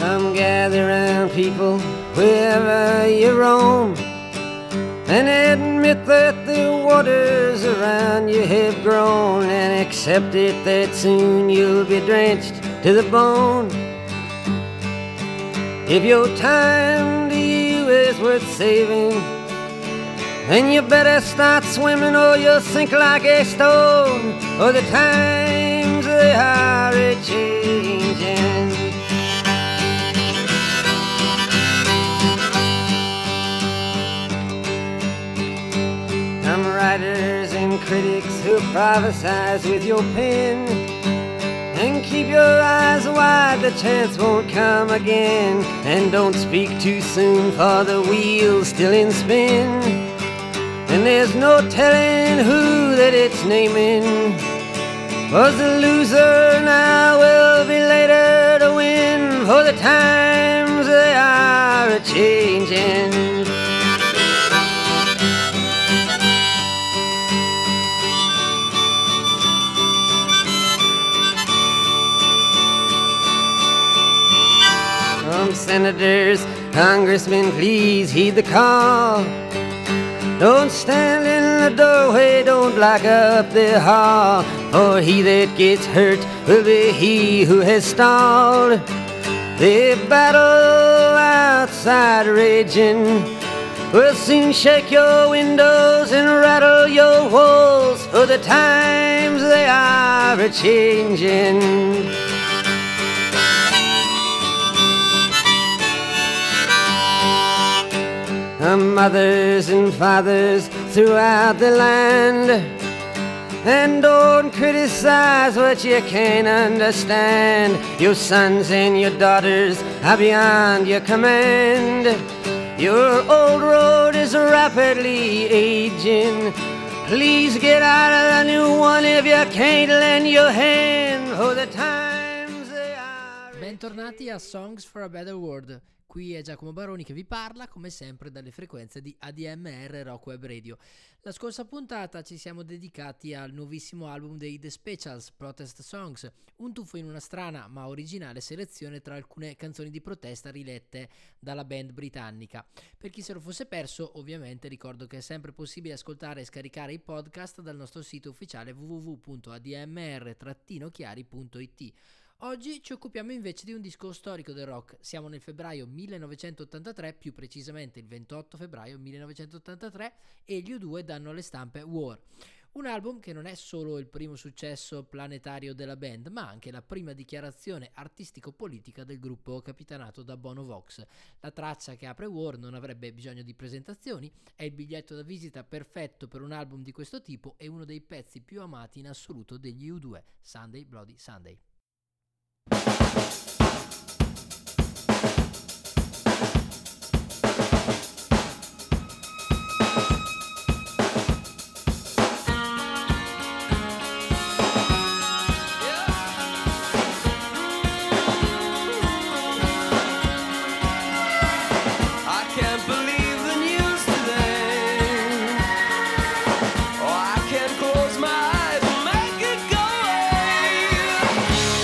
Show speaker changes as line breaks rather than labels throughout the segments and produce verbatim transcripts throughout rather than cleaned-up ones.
Come gather round, people, wherever you roam, and admit that the waters around you have grown, and accept it that soon you'll be drenched to the bone. If your time to you is worth saving, then you better start swimming or you'll sink like a stone, or the times they are a-changing. Some writers and critics who prophesize with your pen, and keep your eyes wide, the chance won't come again. And don't speak too soon, for the wheel's still in spin, and there's no telling who that it's naming. Was the loser now will be later to win, for the times they are a-changing. Senators, congressmen, please heed the call. Don't stand in the doorway, don't block up the hall, for he that gets hurt will be he who has stalled. The battle outside raging will soon shake your windows and rattle your walls, for the times they are a-changing. Mothers and fathers throughout the land, and don't criticize what you can't understand. Your sons and your daughters are beyond your command. Your old road is rapidly aging. Please get out of the new one if you can't lend your hand, for the times they are.
Bentornati a Songs for a Better World. Qui è Giacomo Baroni che vi parla, come sempre, dalle frequenze di A D M R Rock Web Radio. La scorsa puntata ci siamo dedicati al nuovissimo album dei The Specials, Protest Songs, un tuffo in una strana ma originale selezione tra alcune canzoni di protesta rilette dalla band britannica. Per chi se lo fosse perso, ovviamente ricordo che è sempre possibile ascoltare e scaricare i podcast dal nostro sito ufficiale w w w punto a d m r chiari punto i t. Oggi ci occupiamo invece di un disco storico del rock. Siamo nel febbraio millenovecentottantatré, più precisamente il ventotto febbraio millenovecentottantatré, e gli U due danno alle stampe War. Un album che non è solo il primo successo planetario della band, ma anche la prima dichiarazione artistico-politica del gruppo capitanato da Bono Vox. La traccia che apre War non avrebbe bisogno di presentazioni, è il biglietto da visita perfetto per un album di questo tipo e uno dei pezzi più amati in assoluto degli U due, Sunday Bloody Sunday.
Oh, I can't close my eyes and make it go away.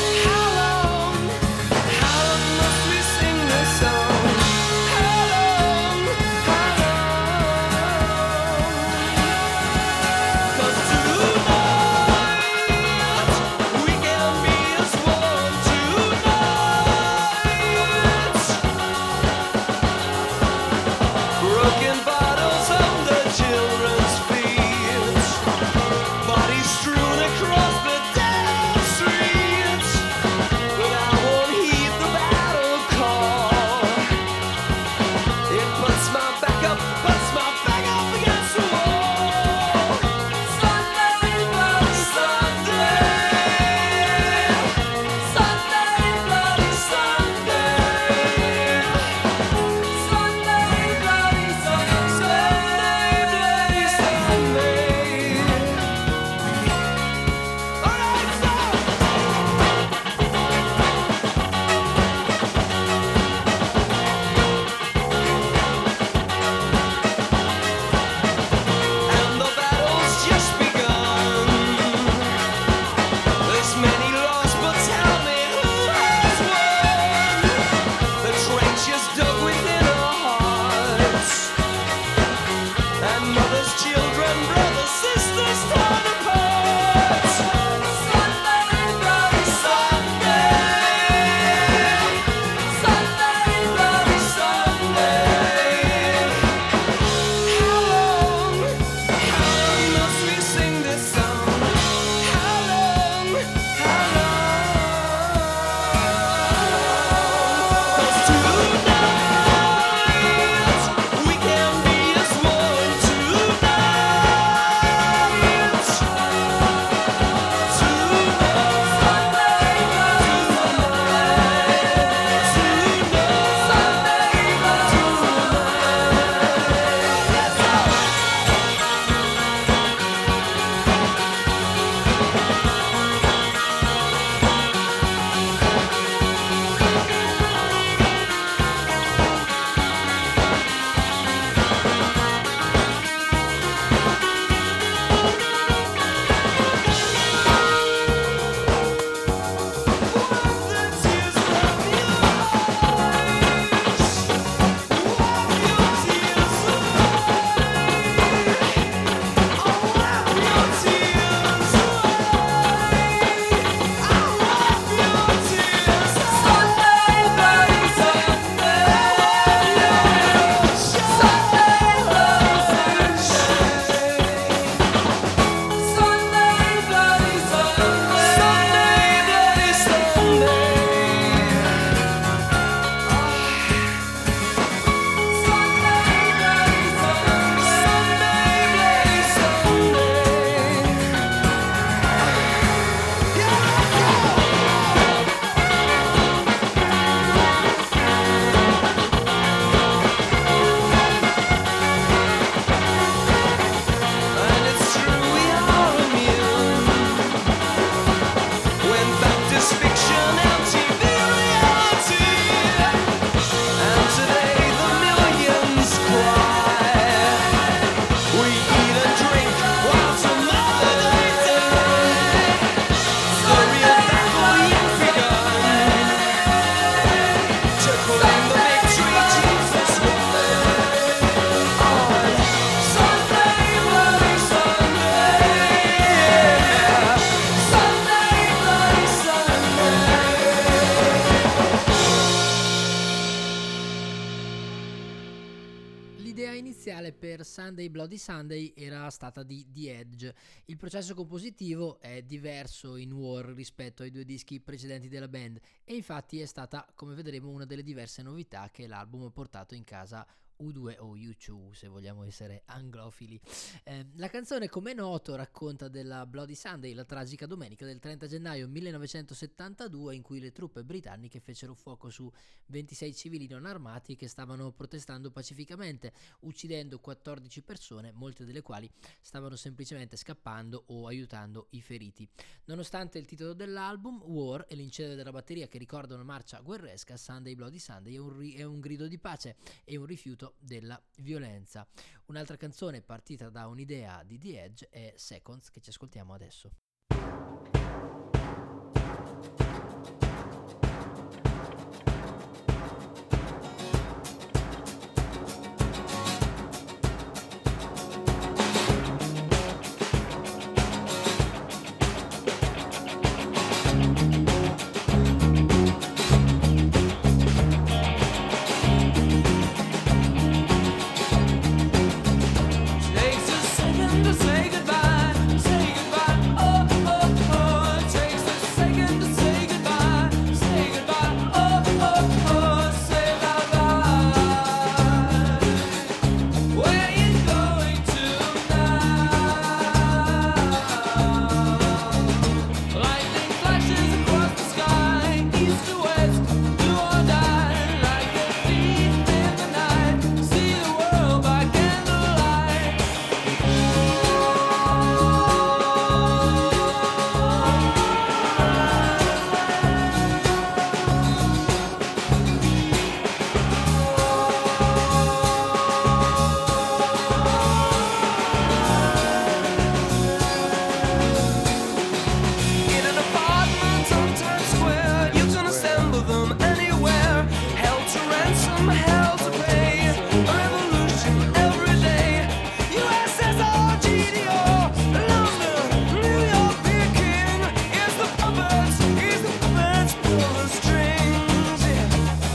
iniziale per Sunday Bloody Sunday era stata di The Edge. Il processo compositivo è diverso in War rispetto ai due dischi precedenti della band e infatti è stata, come vedremo, una delle diverse novità che l'album ha portato in casa U due o U due, se vogliamo essere anglofili. Eh, la canzone, come è noto, racconta della Bloody Sunday, la tragica domenica del trenta gennaio millenovecentosettantadue, in cui le truppe britanniche fecero fuoco su ventisei civili non armati che stavano protestando pacificamente, uccidendo quattordici persone, molte delle quali stavano semplicemente scappando o aiutando i feriti. Nonostante il titolo dell'album, War e l'incendio della batteria che ricorda una marcia guerresca, Sunday Bloody Sunday è un, ri- è un grido di pace e un rifiuto della violenza. Un'altra canzone partita da un'idea di The Edge è Seconds, che ci ascoltiamo adesso.
Say goodbye, say goodbye, oh, oh, oh. Takes a second to say goodbye, say goodbye, oh, oh, oh. Say bye-bye. Where you going tonight? Lightning flashes across the sky, east to west, do or die. Like a thief in the night, see the world by candlelight. In an apartment on Times Square, you can assemble them anywhere. Held to ransom, held to pay. A revolution every day. U S S R, G D O, London, New York, Peking. Is the puppets, is the puppets, pull the strings. Yeah.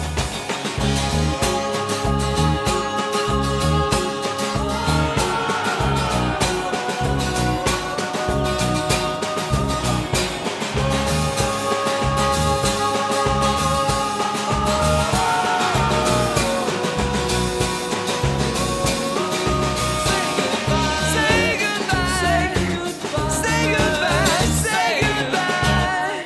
Say goodbye, say goodbye, say goodbye, say goodbye.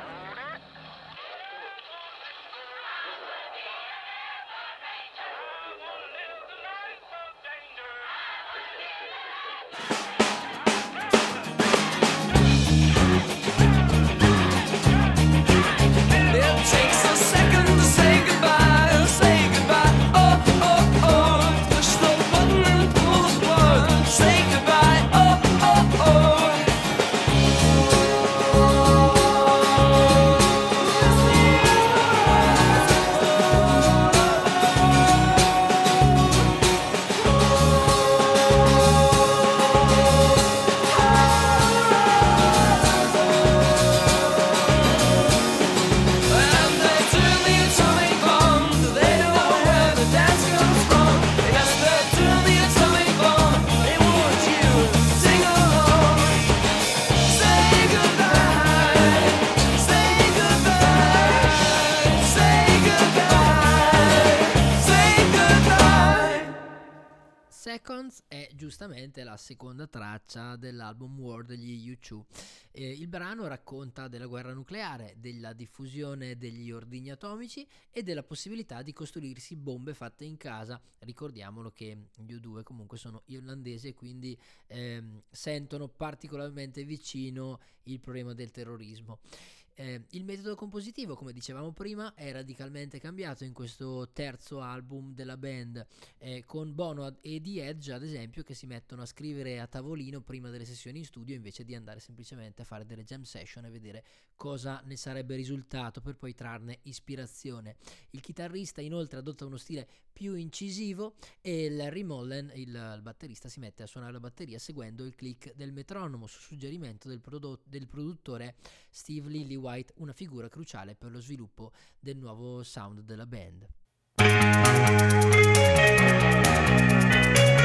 It takes a second to say goodbye, say goodbye, oh, oh, oh. Push the button and pull the plug, say goodbye, oh, oh, oh. And they turn the atomic bomb. They don't know where the dance comes from. Yes, they turn the atomic bomb. They want you to sing along. Say goodbye. Say goodbye. Say goodbye. Say goodbye.
Seconds è giustamente la seconda traccia dell'album War degli U due. Eh, il brano racconta della guerra nucleare, della diffusione degli ordigni atomici e della possibilità di costruirsi bombe fatte in casa. Ricordiamolo che gli U due comunque sono irlandesi e quindi ehm, sentono particolarmente vicino il problema del terrorismo. Eh, il metodo compositivo, come dicevamo prima, è radicalmente cambiato in questo terzo album della band, eh, con Bono e The Edge ad esempio che si mettono a scrivere a tavolino prima delle sessioni in studio invece di andare semplicemente a fare delle jam session e vedere cosa ne sarebbe risultato per poi trarne ispirazione. Il chitarrista inoltre adotta uno stile più incisivo e Larry Mullen, il, il batterista, si mette a suonare la batteria seguendo il click del metronomo su suggerimento del, prodotto, del produttore Steve Lillywhite, una figura cruciale per lo sviluppo del nuovo sound della band.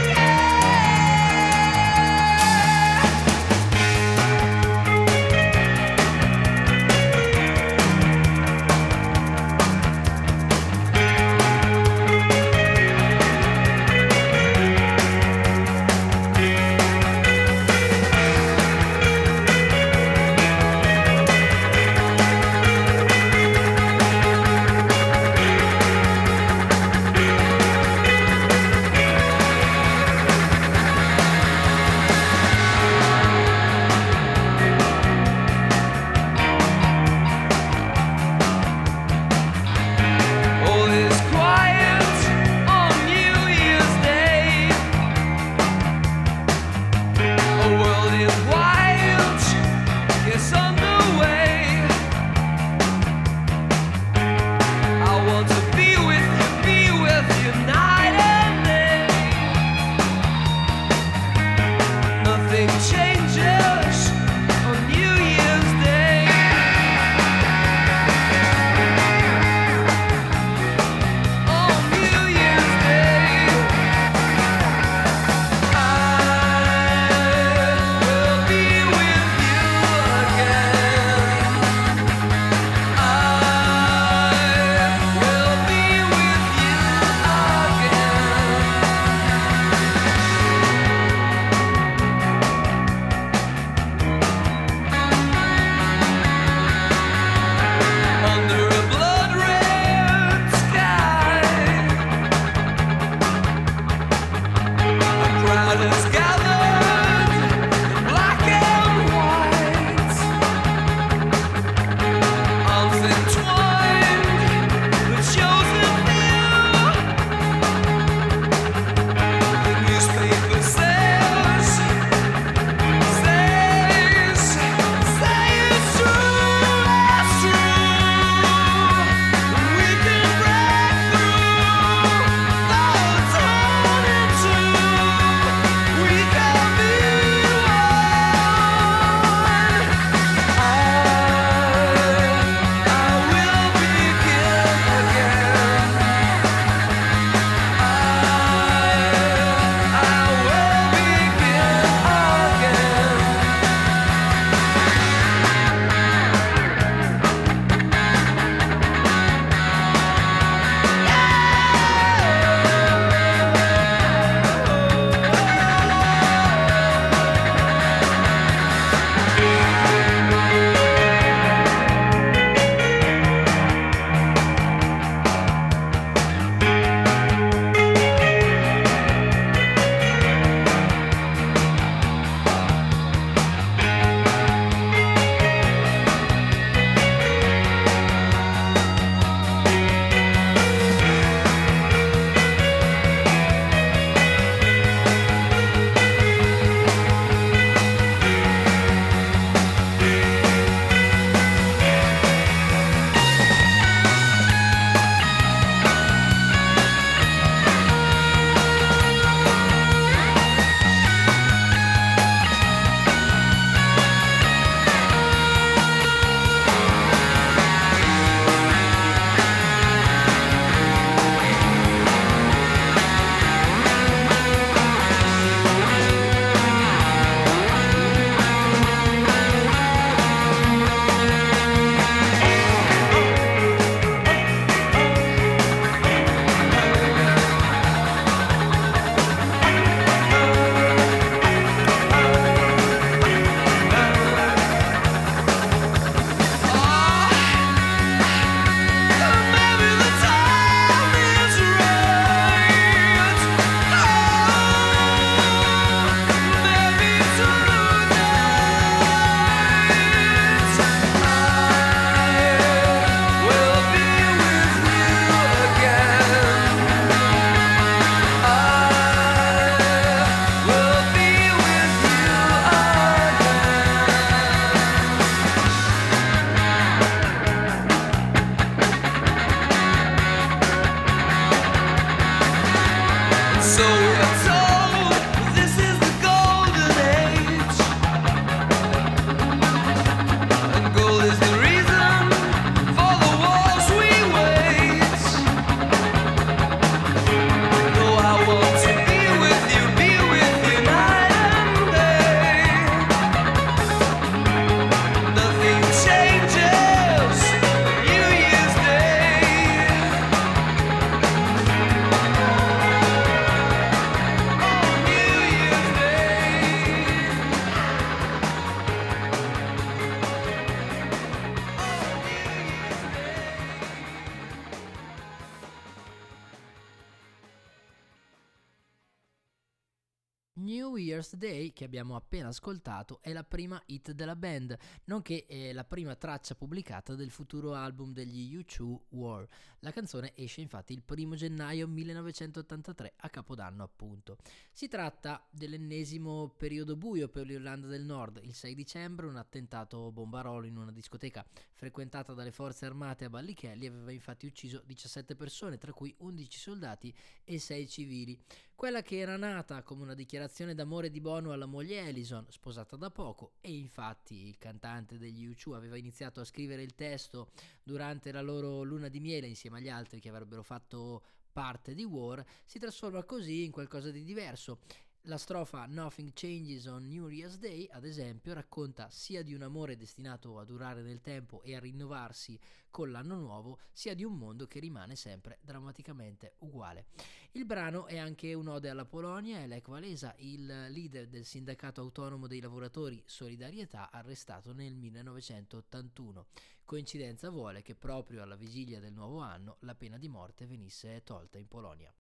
New Year's Day, che abbiamo appena ascoltato, è la prima hit della band, nonché è la prima traccia pubblicata del futuro album degli U due, War. La canzone esce infatti il primo gennaio millenovecentottantatré, a Capodanno appunto. Si tratta dell'ennesimo periodo buio per l'Irlanda del Nord. Il sei dicembre un attentato bombarolo in una discoteca frequentata dalle forze armate a Ballykelly aveva infatti ucciso diciassette persone, tra cui undici soldati e sei civili. Quella che era nata come una dichiarazione d'amore di Bono alla moglie Alison, sposata da poco, e infatti il cantante degli U due aveva iniziato a scrivere il testo durante la loro luna di miele insieme agli altri che avrebbero fatto parte di War, si trasforma così in qualcosa di diverso. La strofa Nothing Changes on New Year's Day, ad esempio, racconta sia di un amore destinato a durare nel tempo e a rinnovarsi con l'anno nuovo, sia di un mondo che rimane sempre drammaticamente uguale. Il brano è anche un'ode alla Polonia e Lech Walesa, il leader del sindacato autonomo dei lavoratori Solidarietà, arrestato nel millenovecentottantuno. Coincidenza vuole che proprio alla vigilia del nuovo anno la pena di morte venisse tolta in Polonia.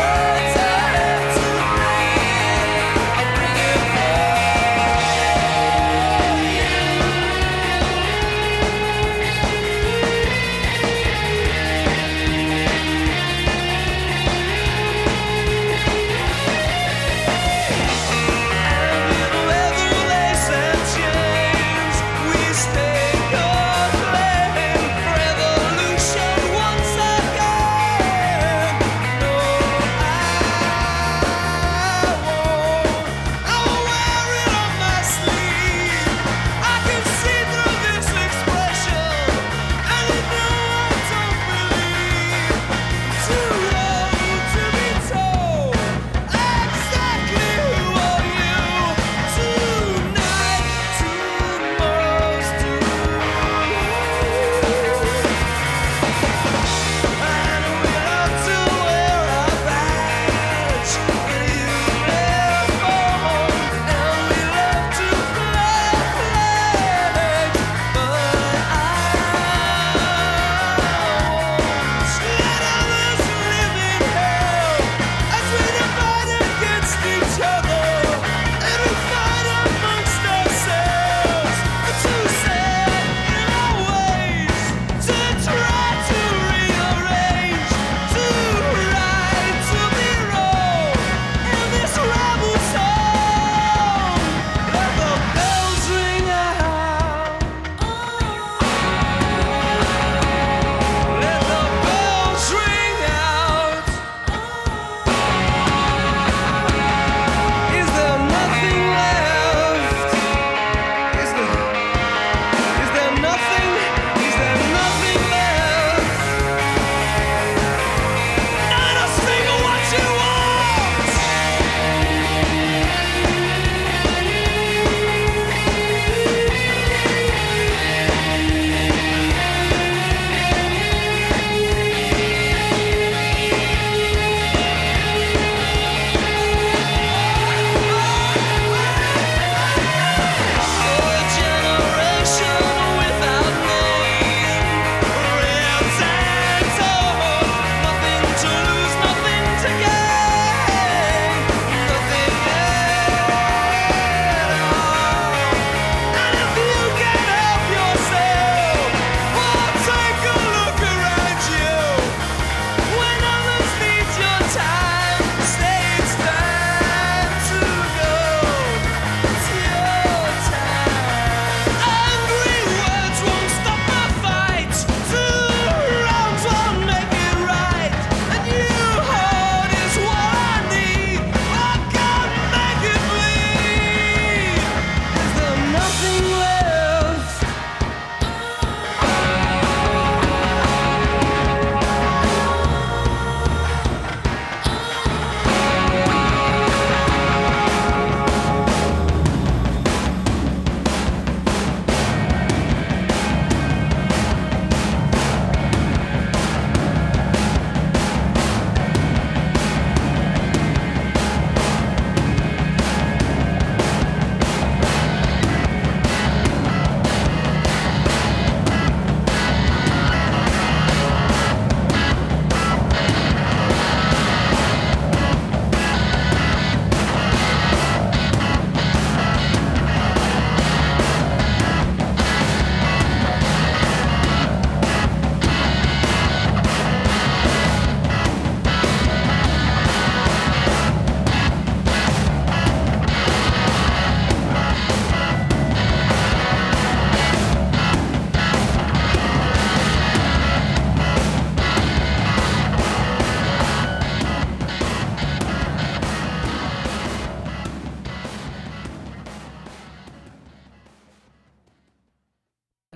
Like the words I have to read, I bring it forth.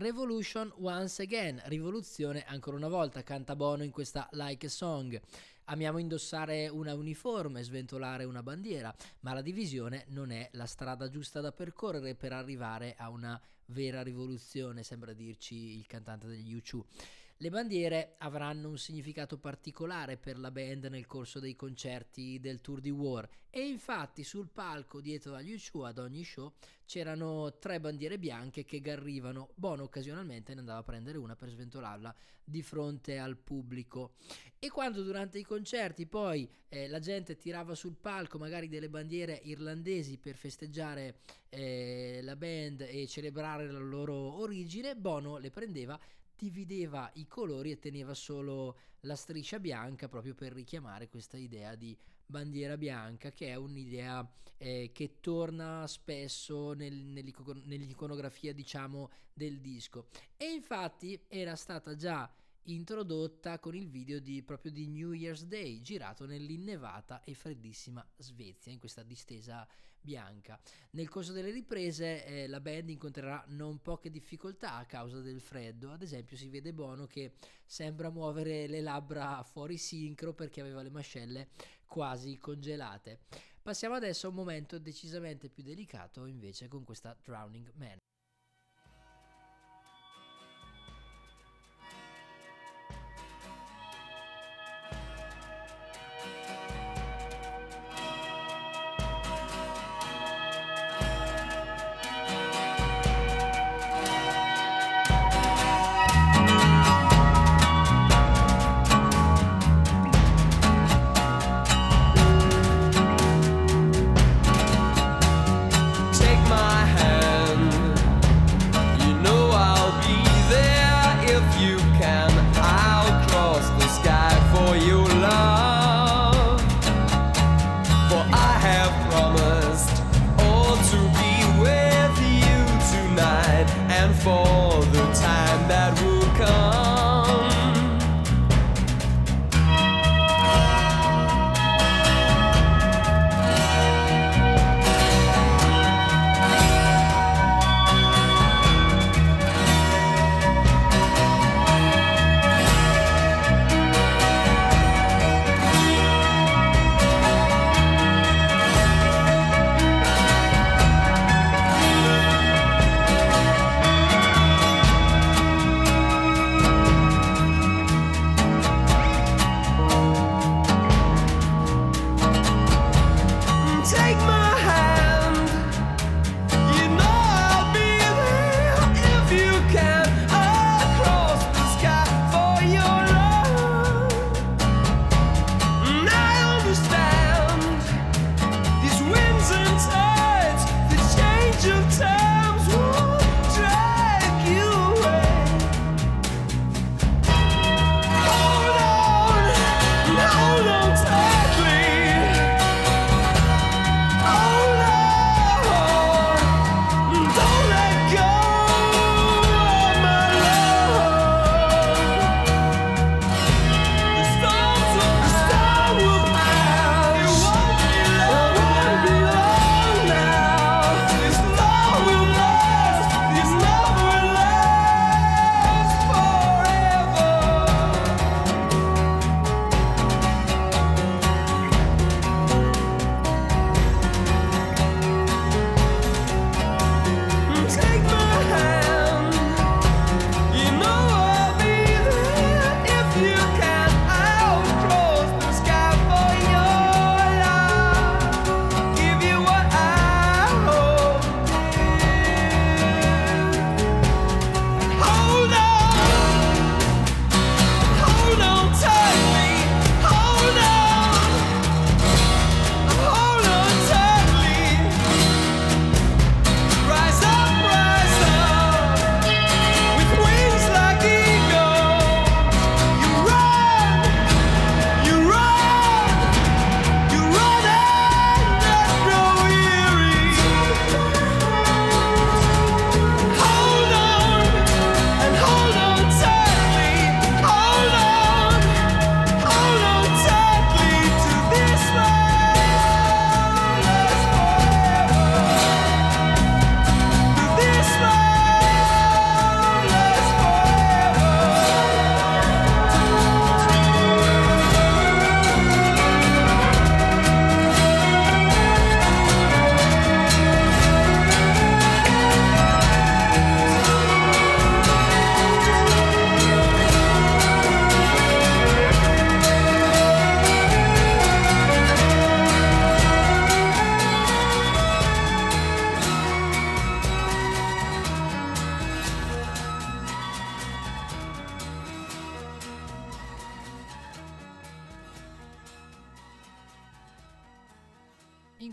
Revolution once again, rivoluzione ancora una volta, canta Bono in questa Like a Song. Amiamo indossare una uniforme, sventolare una bandiera, ma la divisione non è la strada giusta da percorrere per arrivare a una vera rivoluzione, sembra dirci il cantante degli U due. Le bandiere avranno un significato particolare per la band nel corso dei concerti del tour di War, e infatti sul palco dietro agli U due ad ogni show c'erano tre bandiere bianche che garrivano. Bono occasionalmente ne andava a prendere una per sventolarla di fronte al pubblico. E quando durante i concerti poi eh, la gente tirava sul palco magari delle bandiere irlandesi per festeggiare eh, la band e celebrare la loro origine, Bono le prendeva, divideva i colori e teneva solo la striscia bianca, proprio per richiamare questa idea di bandiera bianca, che è un'idea eh, che torna spesso nel, nell'icon- nell'iconografia, diciamo, del disco. E infatti era stata già introdotta con il video di proprio di New Year's Day, girato nell'innevata e freddissima Svezia, in questa distesa bianca. Nel corso delle riprese eh, la band incontrerà non poche difficoltà a causa del freddo. Ad esempio si vede Bono che sembra muovere le labbra fuori sincro perché aveva le mascelle quasi congelate. Passiamo adesso a un momento decisamente più delicato invece, con questa Drowning Man.
Take my hand,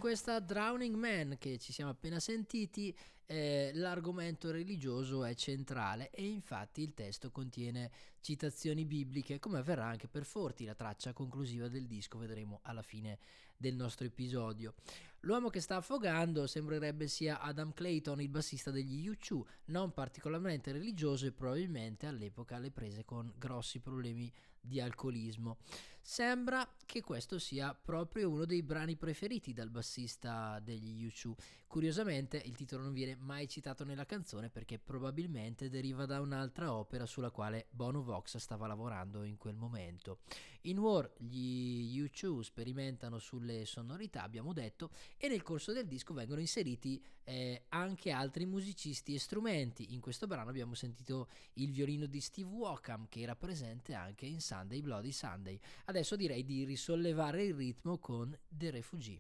questa Drowning Man che ci siamo appena sentiti, eh, l'argomento religioso è centrale e infatti il testo contiene citazioni bibliche, come avverrà anche per Forti, la traccia conclusiva del disco, vedremo alla fine del nostro episodio. L'uomo che sta affogando sembrerebbe sia Adam Clayton, il bassista degli U due, non particolarmente religioso e probabilmente all'epoca alle prese con grossi problemi di alcolismo. Sembra che questo sia proprio uno dei brani preferiti dal bassista degli U due. Curiosamente il titolo non viene mai citato nella canzone perché probabilmente deriva da un'altra opera sulla quale Bono Vox stava lavorando in quel momento. In War gli U due sperimentano sulle sonorità, abbiamo detto, e nel corso del disco vengono inseriti eh, anche altri musicisti e strumenti. In questo brano abbiamo sentito il violino di Steve Wockham, che era presente anche in Sunday Bloody Sunday. Adesso direi di risollevare il ritmo con The Refugee.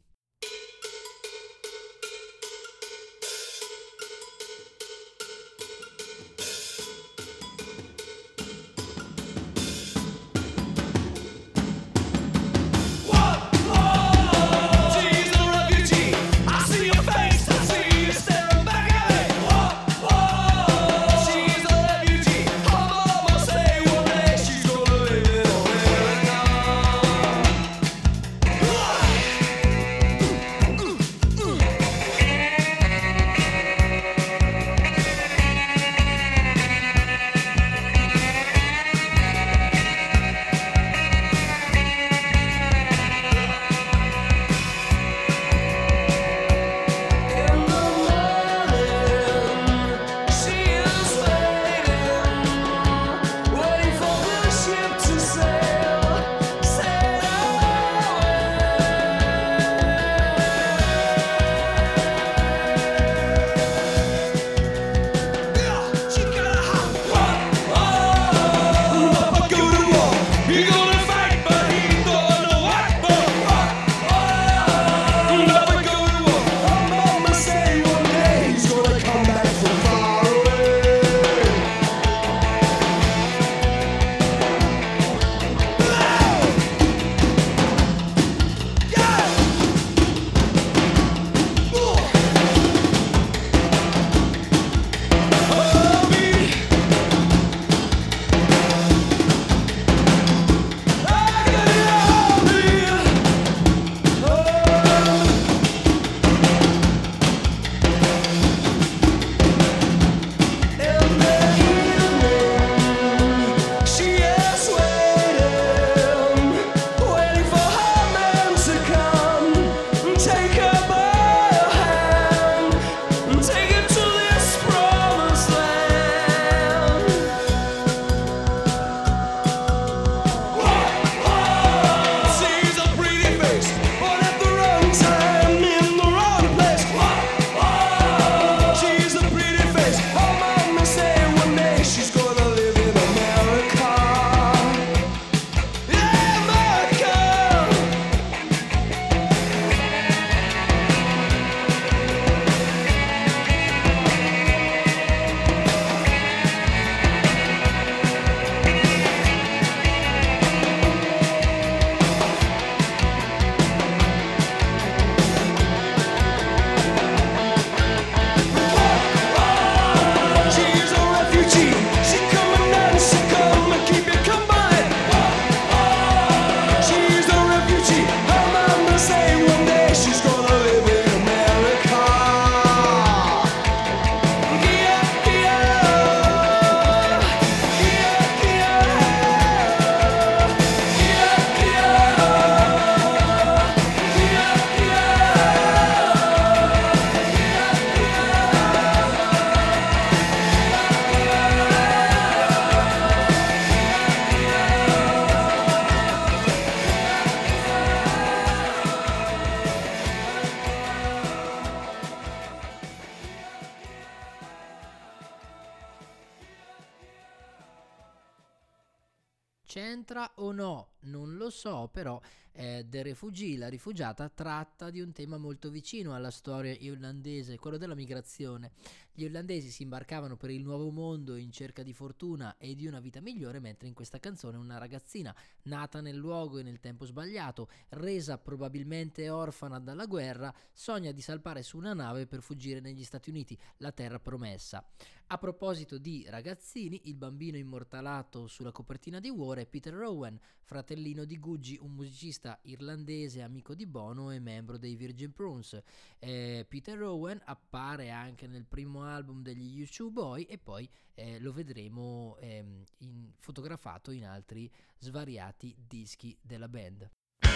C'entra o no? Non lo so, però eh, The Refugee, la rifugiata, tratta di un tema molto vicino alla storia irlandese, quello della migrazione. Gli irlandesi si imbarcavano per il nuovo mondo in cerca di fortuna e di una vita migliore, mentre in questa canzone una ragazzina nata nel luogo e nel tempo sbagliato, resa probabilmente orfana dalla guerra, sogna di salpare su una nave per fuggire negli Stati Uniti, la terra promessa. A proposito di ragazzini, il bambino immortalato sulla copertina di War è Peter Rowan, fratellino di Guggi, un musicista irlandese amico di Bono e membro dei Virgin Prunes. Eh, Peter Rowan appare anche nel primo album degli U two Boy e poi eh, lo vedremo ehm, in, fotografato in altri svariati dischi della band.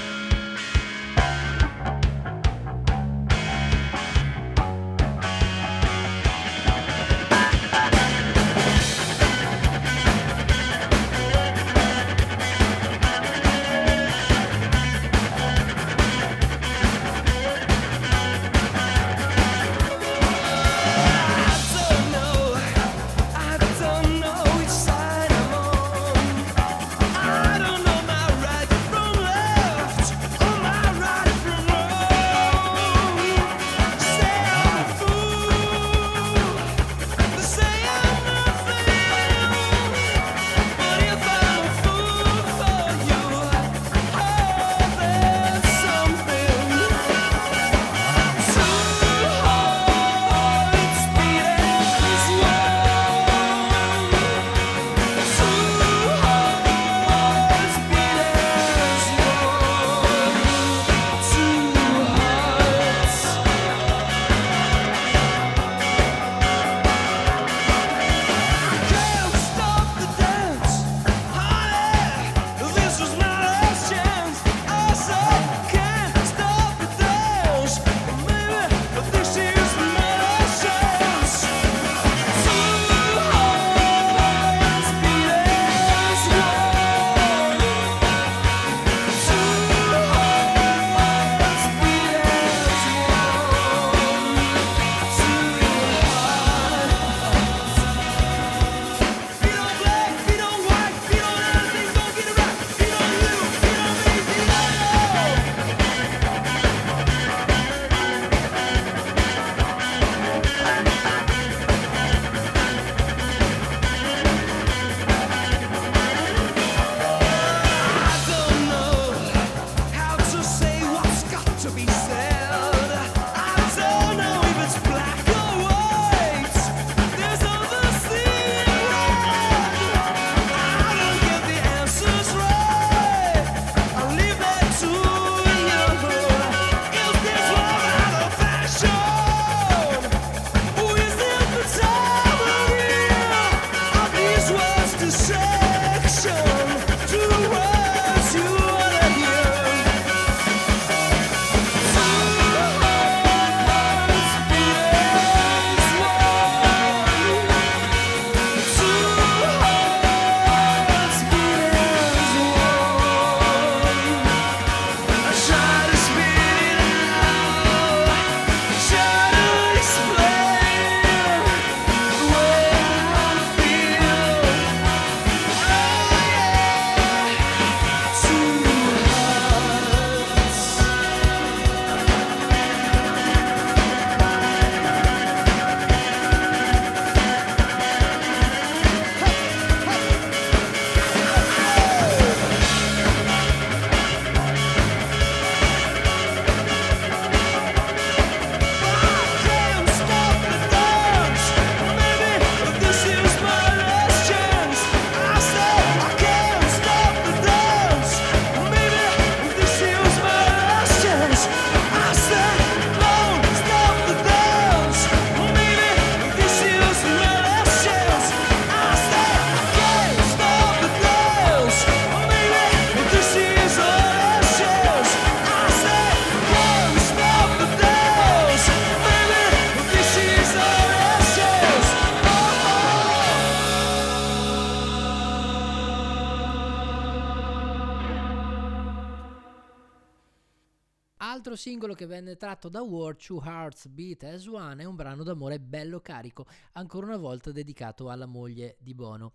Altro singolo che venne tratto da War, Two Hearts Beat as One, è un brano d'amore bello carico, ancora una volta dedicato alla moglie di Bono.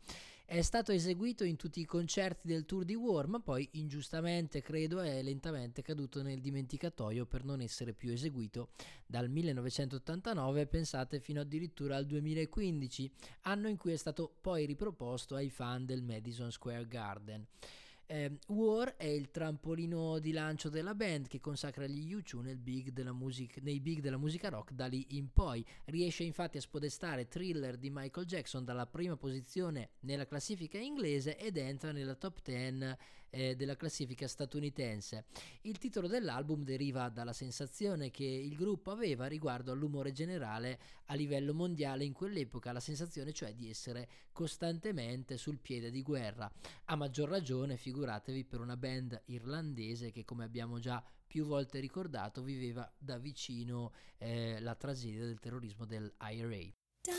È stato eseguito in tutti i concerti del tour di War, ma poi ingiustamente, credo, è lentamente caduto nel dimenticatoio per non essere più eseguito dal millenovecentottantanove, pensate, fino addirittura al duemilaquindici, anno in cui è stato poi riproposto ai fan del Madison Square Garden. Eh, War è il trampolino di lancio della band, che consacra gli U due nel big della music- nei big della musica rock da lì in poi. Riesce infatti a spodestare Thriller di Michael Jackson dalla prima posizione nella classifica inglese ed entra nella top dieci eh, della classifica statunitense. Il titolo dell'album deriva dalla sensazione che il gruppo aveva riguardo all'umore generale a livello mondiale in quell'epoca, la sensazione cioè di essere costantemente sul piede di guerra. A maggior ragione, figuratevi, per una band irlandese che, come abbiamo già più volte ricordato, viveva da vicino eh, la tragedia del terrorismo del I R A.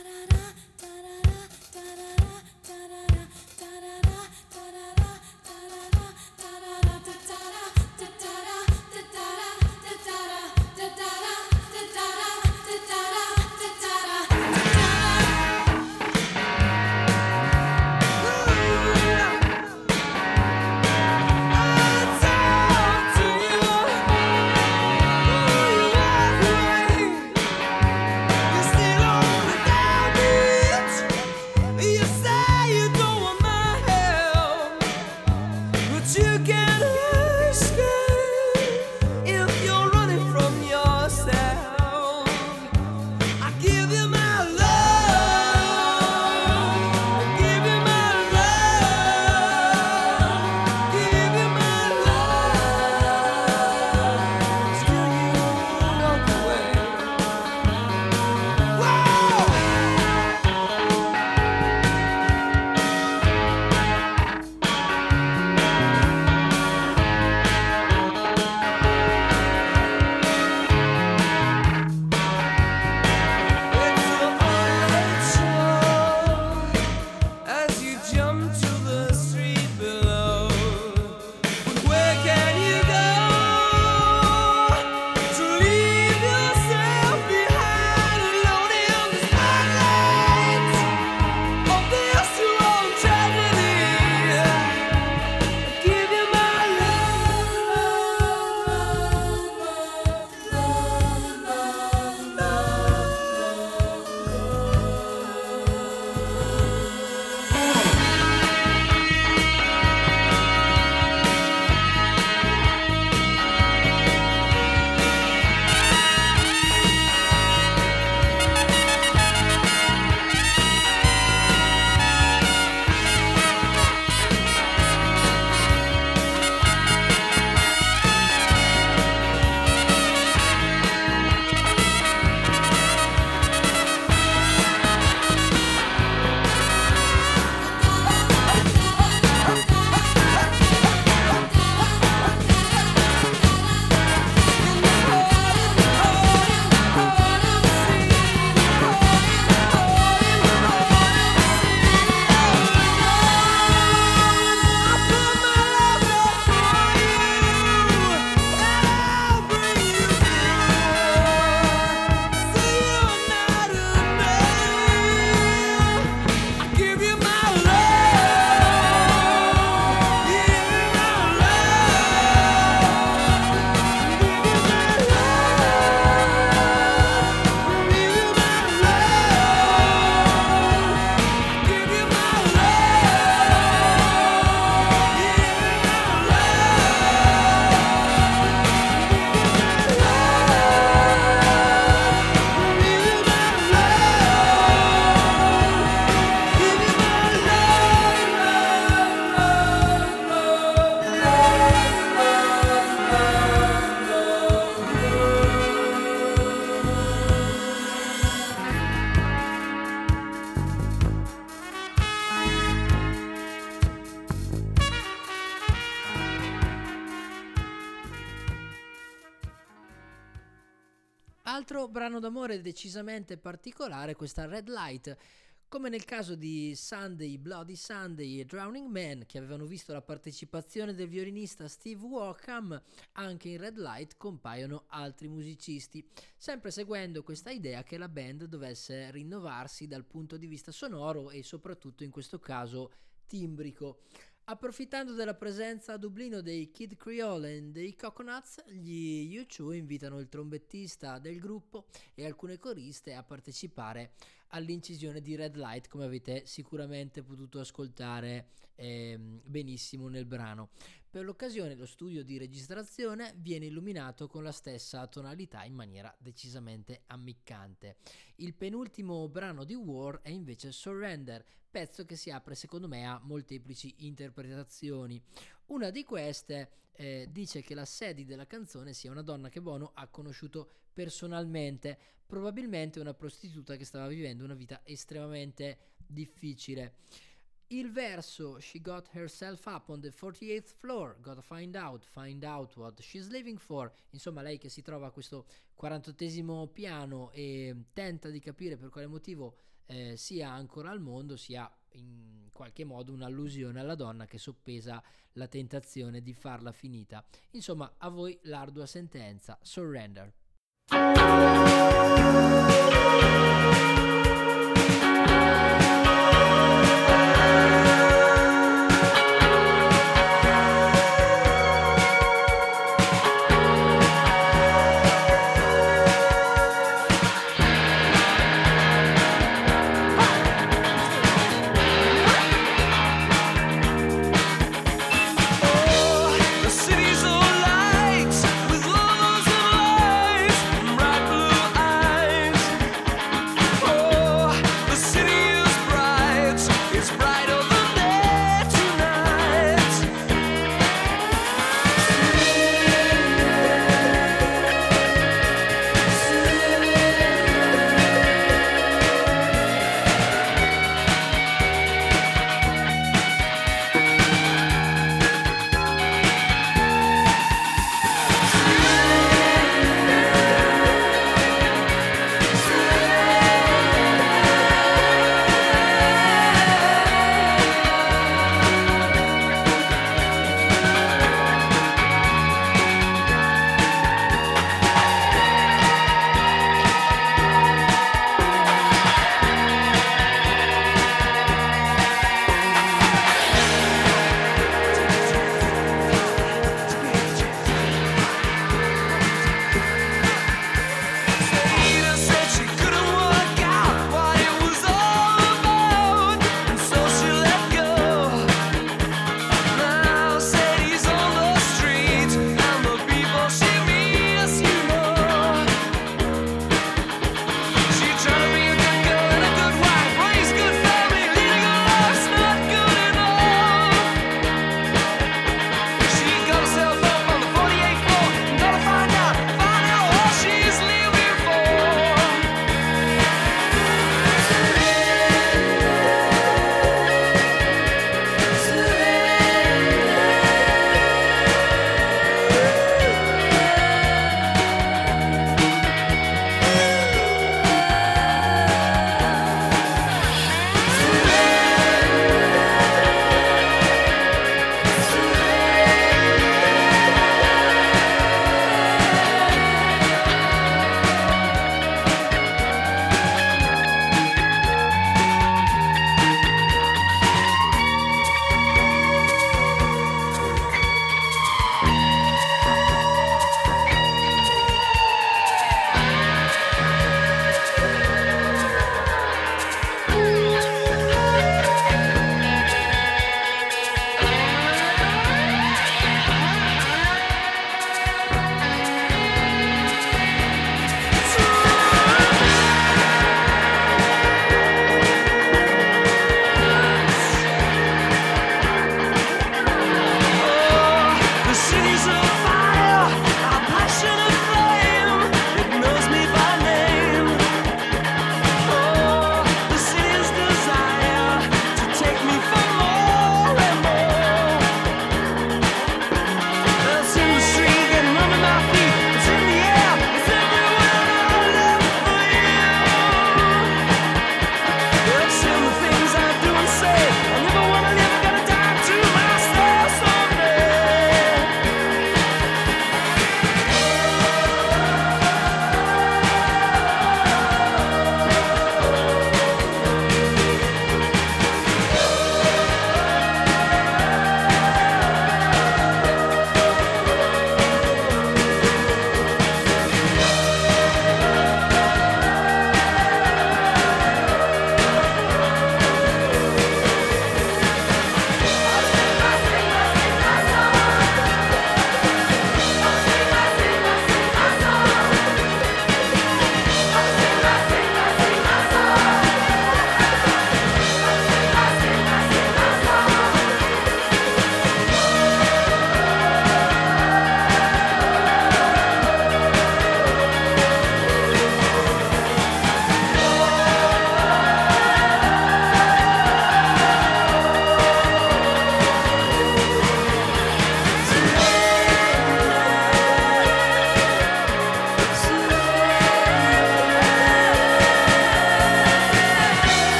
Altro brano d'amore decisamente particolare, questa Red Light. Come nel caso di Sunday, Bloody Sunday e Drowning Man, che avevano visto la partecipazione del violinista Steve Walkham, anche in Red Light compaiono altri musicisti, sempre seguendo questa idea che la band dovesse rinnovarsi dal punto di vista sonoro e soprattutto in questo caso timbrico. Approfittando della presenza a Dublino dei Kid Creole e dei Coconuts, gli U due invitano il trombettista del gruppo e alcune coriste a partecipare all'incisione di Red Light, come avete sicuramente potuto ascoltare ehm, benissimo nel brano. Per l'occasione lo studio di registrazione viene illuminato con la stessa tonalità in maniera decisamente ammiccante. Il penultimo brano di War è invece Surrender, pezzo che si apre secondo me a molteplici interpretazioni. Una di queste eh, dice che la Sadie della canzone sia una donna che Bono ha conosciuto personalmente, probabilmente una prostituta che stava vivendo una vita estremamente difficile. Il verso "She got herself up on the forty-eighth floor, gotta find out, find out what she's living for", insomma lei che si trova a questo quarantottesimo piano e tenta di capire per quale motivo eh, sia ancora al mondo, sia in qualche modo un'allusione alla donna che soppesa la tentazione di farla finita. Insomma, a voi l'ardua sentenza. Surrender.
The city's alight with lovers and light.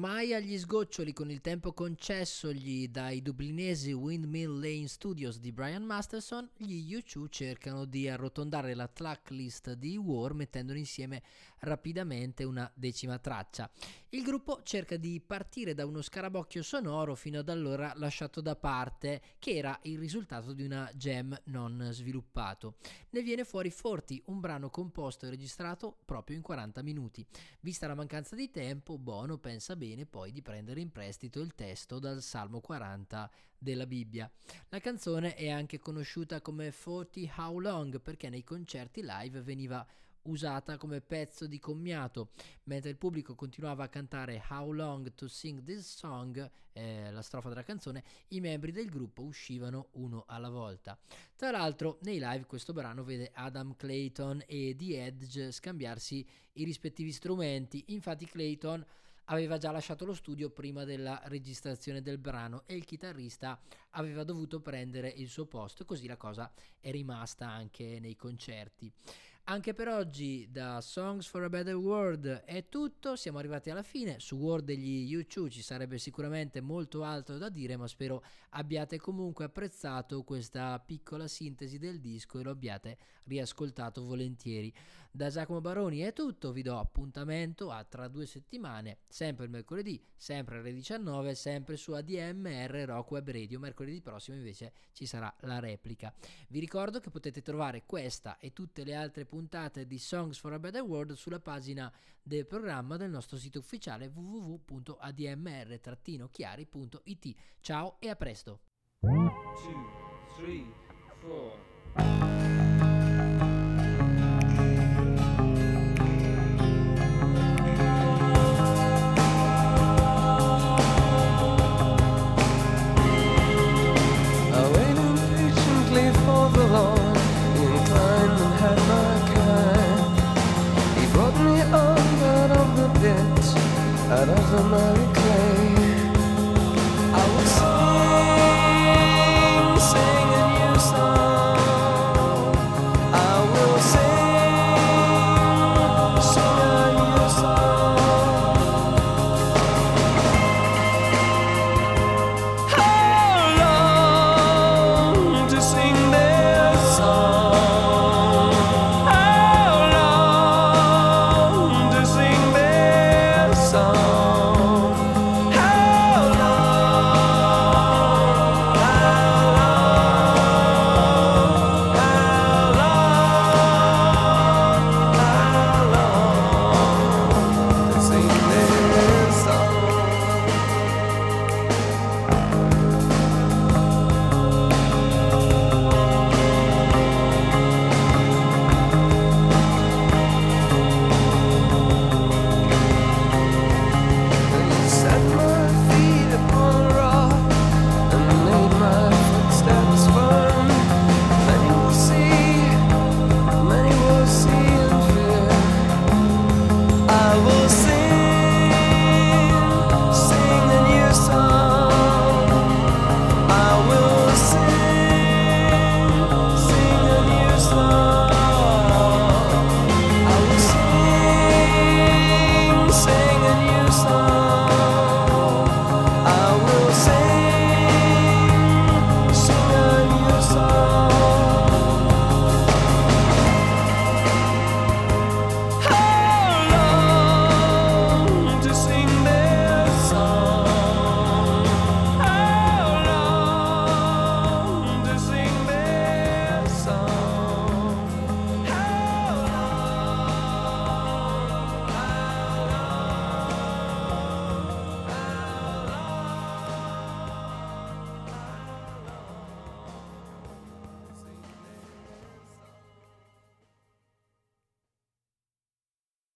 Ormai agli sgoccioli con il tempo concessogli dai dublinesi Windmill Lane Studios di Brian Masterson, gli U due cercano di arrotondare la tracklist di War mettendone insieme rapidamente una decima traccia. Il gruppo cerca di partire da uno scarabocchio sonoro fino ad allora lasciato da parte, che era il risultato di una jam non sviluppato. Ne viene fuori Forty, un brano composto e registrato proprio in quaranta minuti. Vista la mancanza di tempo, Bono pensa bene poi di prendere in prestito il testo dal Salmo quaranta della Bibbia. La canzone è anche conosciuta come Forty How Long perché nei concerti live veniva usata come pezzo di commiato. Mentre il pubblico continuava a cantare How Long to Sing This Song, eh, la strofa della canzone, i membri del gruppo uscivano uno alla volta. Tra l'altro nei live questo brano vede Adam Clayton e The Edge scambiarsi i rispettivi strumenti. Infatti Clayton aveva già lasciato lo studio prima della registrazione del brano e il chitarrista aveva dovuto prendere il suo posto, così la cosa è rimasta anche nei concerti. Anche per oggi da Songs for a Better World è tutto, siamo arrivati alla fine. Su World degli U due ci sarebbe sicuramente molto altro da dire, ma spero abbiate comunque apprezzato questa piccola sintesi del disco e lo abbiate riascoltato volentieri. Da Giacomo Baroni è tutto, vi do appuntamento a tra due settimane, sempre il mercoledì, sempre alle diciannove, sempre su A D M R Rock Web Radio. Mercoledì prossimo invece ci sarà la replica. Vi ricordo che potete trovare questa e tutte le altre puntate di Songs for a Better World sulla pagina del programma del nostro sito ufficiale w w w punto a d m r chiari punto i t. Ciao e a presto.
Two, three, four.